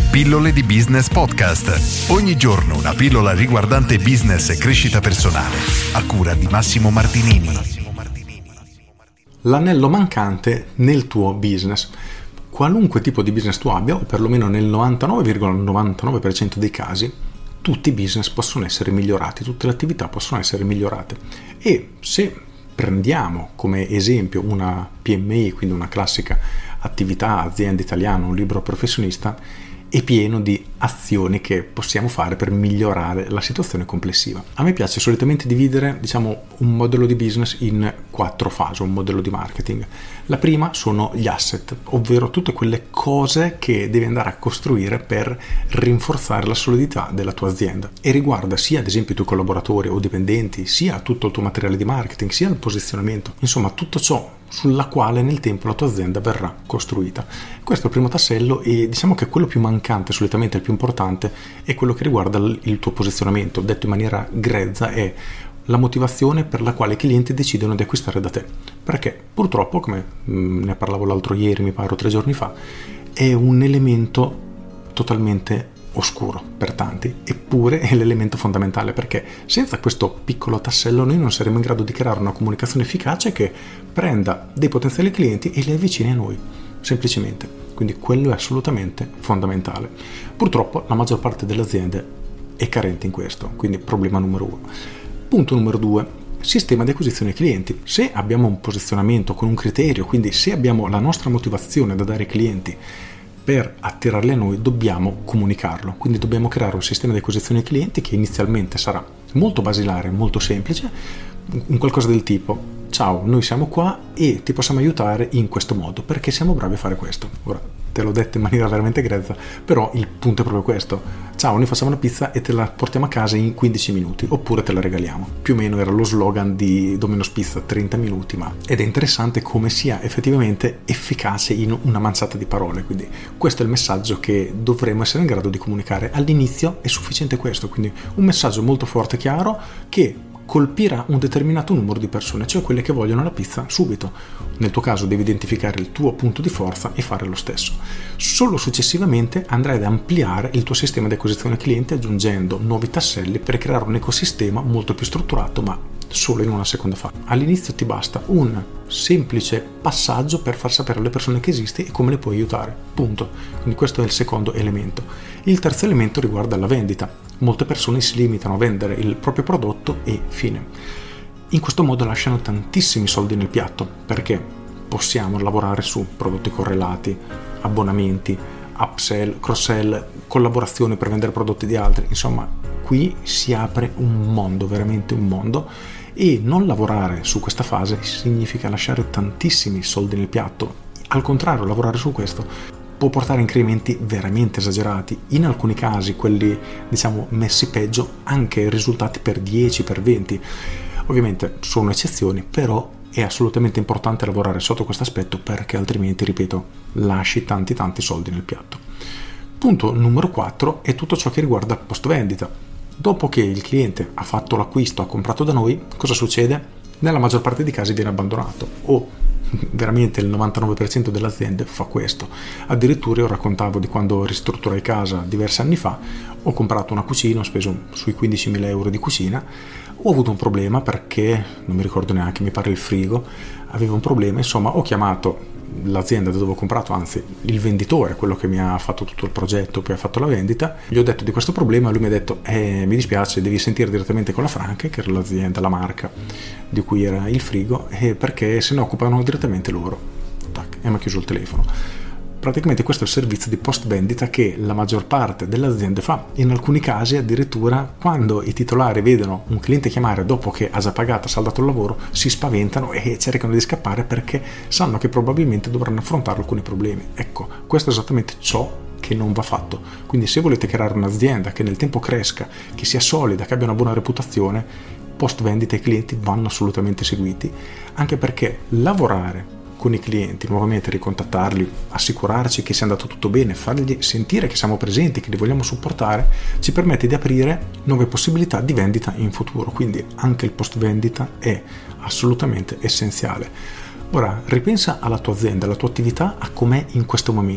Pillole di Business Podcast. Ogni giorno una pillola riguardante business e crescita personale. A cura di Massimo Martinini. L'anello mancante nel tuo business. Qualunque tipo di business tu abbia, o perlomeno nel 99,99% dei casi, tutti i business possono essere migliorati, tutte le attività possono essere migliorate. E se prendiamo come esempio una PMI, quindi una classica attività, azienda italiana, un libero professionista, è pieno di azioni che possiamo fare per migliorare la situazione complessiva. A me piace solitamente dividere, un modello di business in 4 fasi, un modello di marketing. La prima sono gli asset, ovvero tutte quelle cose che devi andare a costruire per rinforzare la solidità della tua azienda, e riguarda sia ad esempio i tuoi collaboratori o dipendenti, sia tutto il tuo materiale di marketing, sia il posizionamento, insomma tutto ciò sulla quale nel tempo la tua azienda verrà costruita. Questo è il primo tassello, e diciamo che quello più mancante, solitamente il più importante, è quello che riguarda il tuo posizionamento. Detto in maniera grezza, è la motivazione per la quale i clienti decidono di acquistare da te, perché purtroppo, come ne parlavo l'altro ieri, mi pare, o 3 giorni fa, è un elemento totalmente oscuro per tanti, eppure è l'elemento fondamentale, perché senza questo piccolo tassello noi non saremo in grado di creare una comunicazione efficace che prenda dei potenziali clienti e li avvicini a noi, semplicemente. Quindi quello è assolutamente fondamentale. Purtroppo la maggior parte delle aziende è carente in questo, quindi problema numero 1. Punto numero 2: sistema di acquisizione clienti. Se abbiamo un posizionamento con un criterio, quindi se abbiamo la nostra motivazione da dare ai clienti per attirarli a noi, dobbiamo comunicarlo. Quindi dobbiamo creare un sistema di acquisizione clienti che inizialmente sarà molto basilare, molto semplice, un qualcosa del tipo: ciao, noi siamo qua e ti possiamo aiutare in questo modo perché siamo bravi a fare questo. Ora, te l'ho detto in maniera veramente grezza, però il punto è proprio questo: ciao, noi facciamo una pizza e te la portiamo a casa in 15 minuti, oppure te la regaliamo. Più o meno era lo slogan di Domino's Pizza, 30 minuti, ed è interessante come sia effettivamente efficace in una manciata di parole. Quindi questo è il messaggio che dovremmo essere in grado di comunicare. All'inizio è sufficiente questo, quindi un messaggio molto forte e chiaro che colpirà un determinato numero di persone, cioè quelle che vogliono la pizza subito. Nel tuo caso devi identificare il tuo punto di forza e fare lo stesso. Solo successivamente andrai ad ampliare il tuo sistema di acquisizione clienti, aggiungendo nuovi tasselli per creare un ecosistema molto più strutturato, ma solo in una seconda fase. All'inizio ti basta un semplice passaggio per far sapere alle persone che esisti e come le puoi aiutare. Punto. Quindi questo è il secondo elemento. Il terzo elemento riguarda la vendita. Molte persone si limitano a vendere il proprio prodotto e fine. In questo modo lasciano tantissimi soldi nel piatto, perché possiamo lavorare su prodotti correlati, abbonamenti, upsell, cross-sell, collaborazione per vendere prodotti di altri. Insomma, qui si apre un mondo, veramente un mondo, e non lavorare su questa fase significa lasciare tantissimi soldi nel piatto. Al contrario, lavorare su questo può portare incrementi veramente esagerati, in alcuni casi, quelli messi peggio, anche risultati per 10, per 20. Ovviamente sono eccezioni, però è assolutamente importante lavorare sotto questo aspetto, perché altrimenti, ripeto, lasci tanti soldi nel piatto. Punto numero 4 è tutto ciò che riguarda il post vendita. Dopo che il cliente ha fatto l'acquisto, ha comprato da noi, cosa succede? Nella maggior parte dei casi viene abbandonato, o veramente il 99% delle aziende fa questo. Addirittura io raccontavo di quando ristrutturai casa diversi anni fa, ho comprato una cucina, ho speso sui 15.000 euro di cucina, ho avuto un problema perché, non mi ricordo neanche, mi pare il frigo aveva un problema, insomma ho chiamato l'azienda da dove ho comprato, anzi il venditore, quello che mi ha fatto tutto il progetto, poi ha fatto la vendita, gli ho detto di questo problema e lui mi ha detto mi dispiace, devi sentire direttamente con la Franke, che era l'azienda, la marca di cui era il frigo, perché se ne occupano direttamente loro. Tac, e mi ha chiuso il telefono. Praticamente questo è il servizio di post vendita che la maggior parte delle aziende fa. In alcuni casi addirittura, quando i titolari vedono un cliente chiamare dopo che ha già pagato, ha saldato il lavoro, si spaventano e cercano di scappare, perché sanno che probabilmente dovranno affrontare alcuni problemi. Ecco, questo è esattamente ciò che non va fatto. Quindi se volete creare un'azienda che nel tempo cresca, che sia solida, che abbia una buona reputazione, post vendita e clienti vanno assolutamente seguiti, anche perché lavorare con i clienti, nuovamente ricontattarli, assicurarci che sia andato tutto bene, fargli sentire che siamo presenti, che li vogliamo supportare, ci permette di aprire nuove possibilità di vendita in futuro. Quindi anche il post vendita è assolutamente essenziale. Ora ripensa alla tua azienda, alla tua attività, a com'è in questo momento.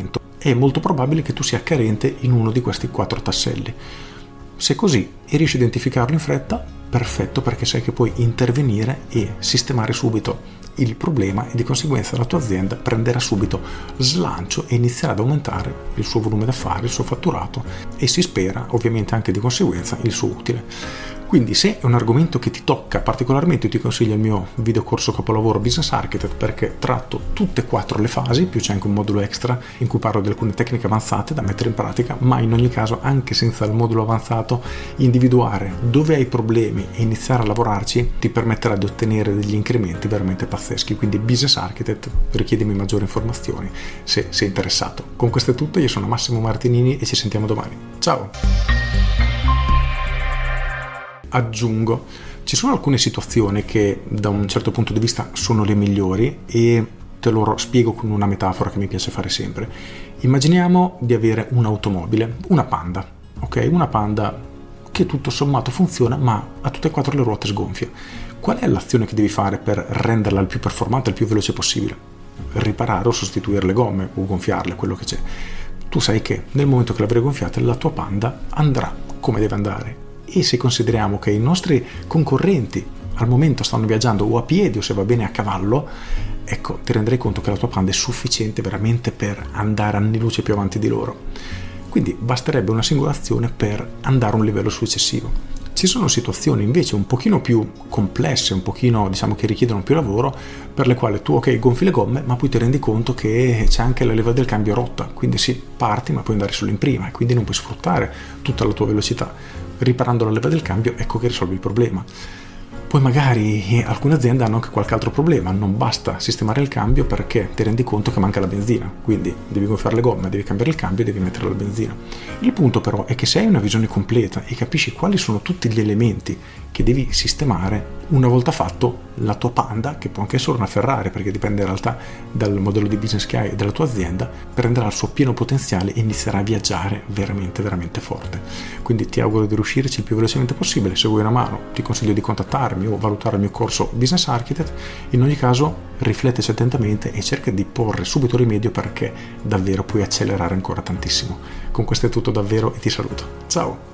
è molto probabile che tu sia carente in uno di questi 4 tasselli. Se così e riesci a identificarlo in fretta, perfetto, perché sai che puoi intervenire e sistemare subito il problema e di conseguenza la tua azienda prenderà subito slancio e inizierà ad aumentare il suo volume d'affari, il suo fatturato e si spera ovviamente anche di conseguenza il suo utile. Quindi se è un argomento che ti tocca particolarmente, io ti consiglio il mio videocorso capolavoro Business Architect, perché tratto tutte e 4 le fasi, più c'è anche un modulo extra in cui parlo di alcune tecniche avanzate da mettere in pratica, ma in ogni caso anche senza il modulo avanzato individuare dove hai problemi e iniziare a lavorarci ti permetterà di ottenere degli incrementi veramente pazzeschi. Quindi Business Architect, richiedimi maggiori informazioni se sei interessato. Con questo è tutto, io sono Massimo Martinini e ci sentiamo domani. Ciao! Aggiungo, ci sono alcune situazioni che da un certo punto di vista sono le migliori e te lo spiego con una metafora che mi piace fare sempre. Immaginiamo di avere un'automobile, una Panda, ok? Una Panda che tutto sommato funziona ma ha tutte e 4 le ruote sgonfie. Qual è l'azione che devi fare per renderla il più performante, il più veloce possibile? Riparare o sostituire le gomme o gonfiarle, quello che c'è. Tu sai che nel momento che l'avrei gonfiata la tua Panda andrà come deve andare. E se consideriamo che i nostri concorrenti al momento stanno viaggiando o a piedi o se va bene a cavallo, ecco, ti renderai conto che la tua Panda è sufficiente veramente per andare anni luce più avanti di loro. Quindi basterebbe una singola azione per andare a un livello successivo. Ci sono situazioni invece un pochino più complesse, un pochino che richiedono più lavoro, per le quali tu gonfi le gomme, ma poi ti rendi conto che c'è anche la leva del cambio rotta, quindi sì, parti ma puoi andare solo in prima e quindi non puoi sfruttare tutta la tua velocità. Riparando la leva del cambio, ecco che risolvi il problema. Poi magari alcune aziende hanno anche qualche altro problema, non basta sistemare il cambio perché ti rendi conto che manca la benzina, quindi devi gonfiare le gomme, devi cambiare il cambio e devi mettere la benzina. Il punto però è che se hai una visione completa e capisci quali sono tutti gli elementi che devi sistemare, una volta fatto la tua Panda, che può anche essere una Ferrari perché dipende in realtà dal modello di business che hai e dalla tua azienda, prenderà il suo pieno potenziale e inizierà a viaggiare veramente veramente forte. Quindi ti auguro di riuscirci il più velocemente possibile. Se vuoi una mano ti consiglio di contattarmi o valutare il mio corso Business Architect. In ogni caso rifletteci attentamente e cerca di porre subito rimedio perché davvero puoi accelerare ancora tantissimo. Con questo è tutto davvero e ti saluto. Ciao!